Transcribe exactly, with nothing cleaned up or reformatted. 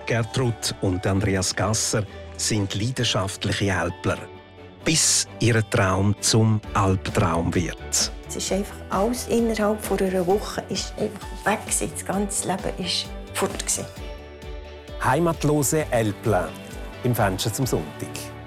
Gertrud und Andreas Gasser sind leidenschaftliche Älpler, bis ihr Traum zum Albtraum wird. Es ist einfach alles innerhalb von einer Woche ist einfach weg gewesen. Das ganze Leben ist fort gewesen. Heimatlose Älpler im Fenster zum Sonntag.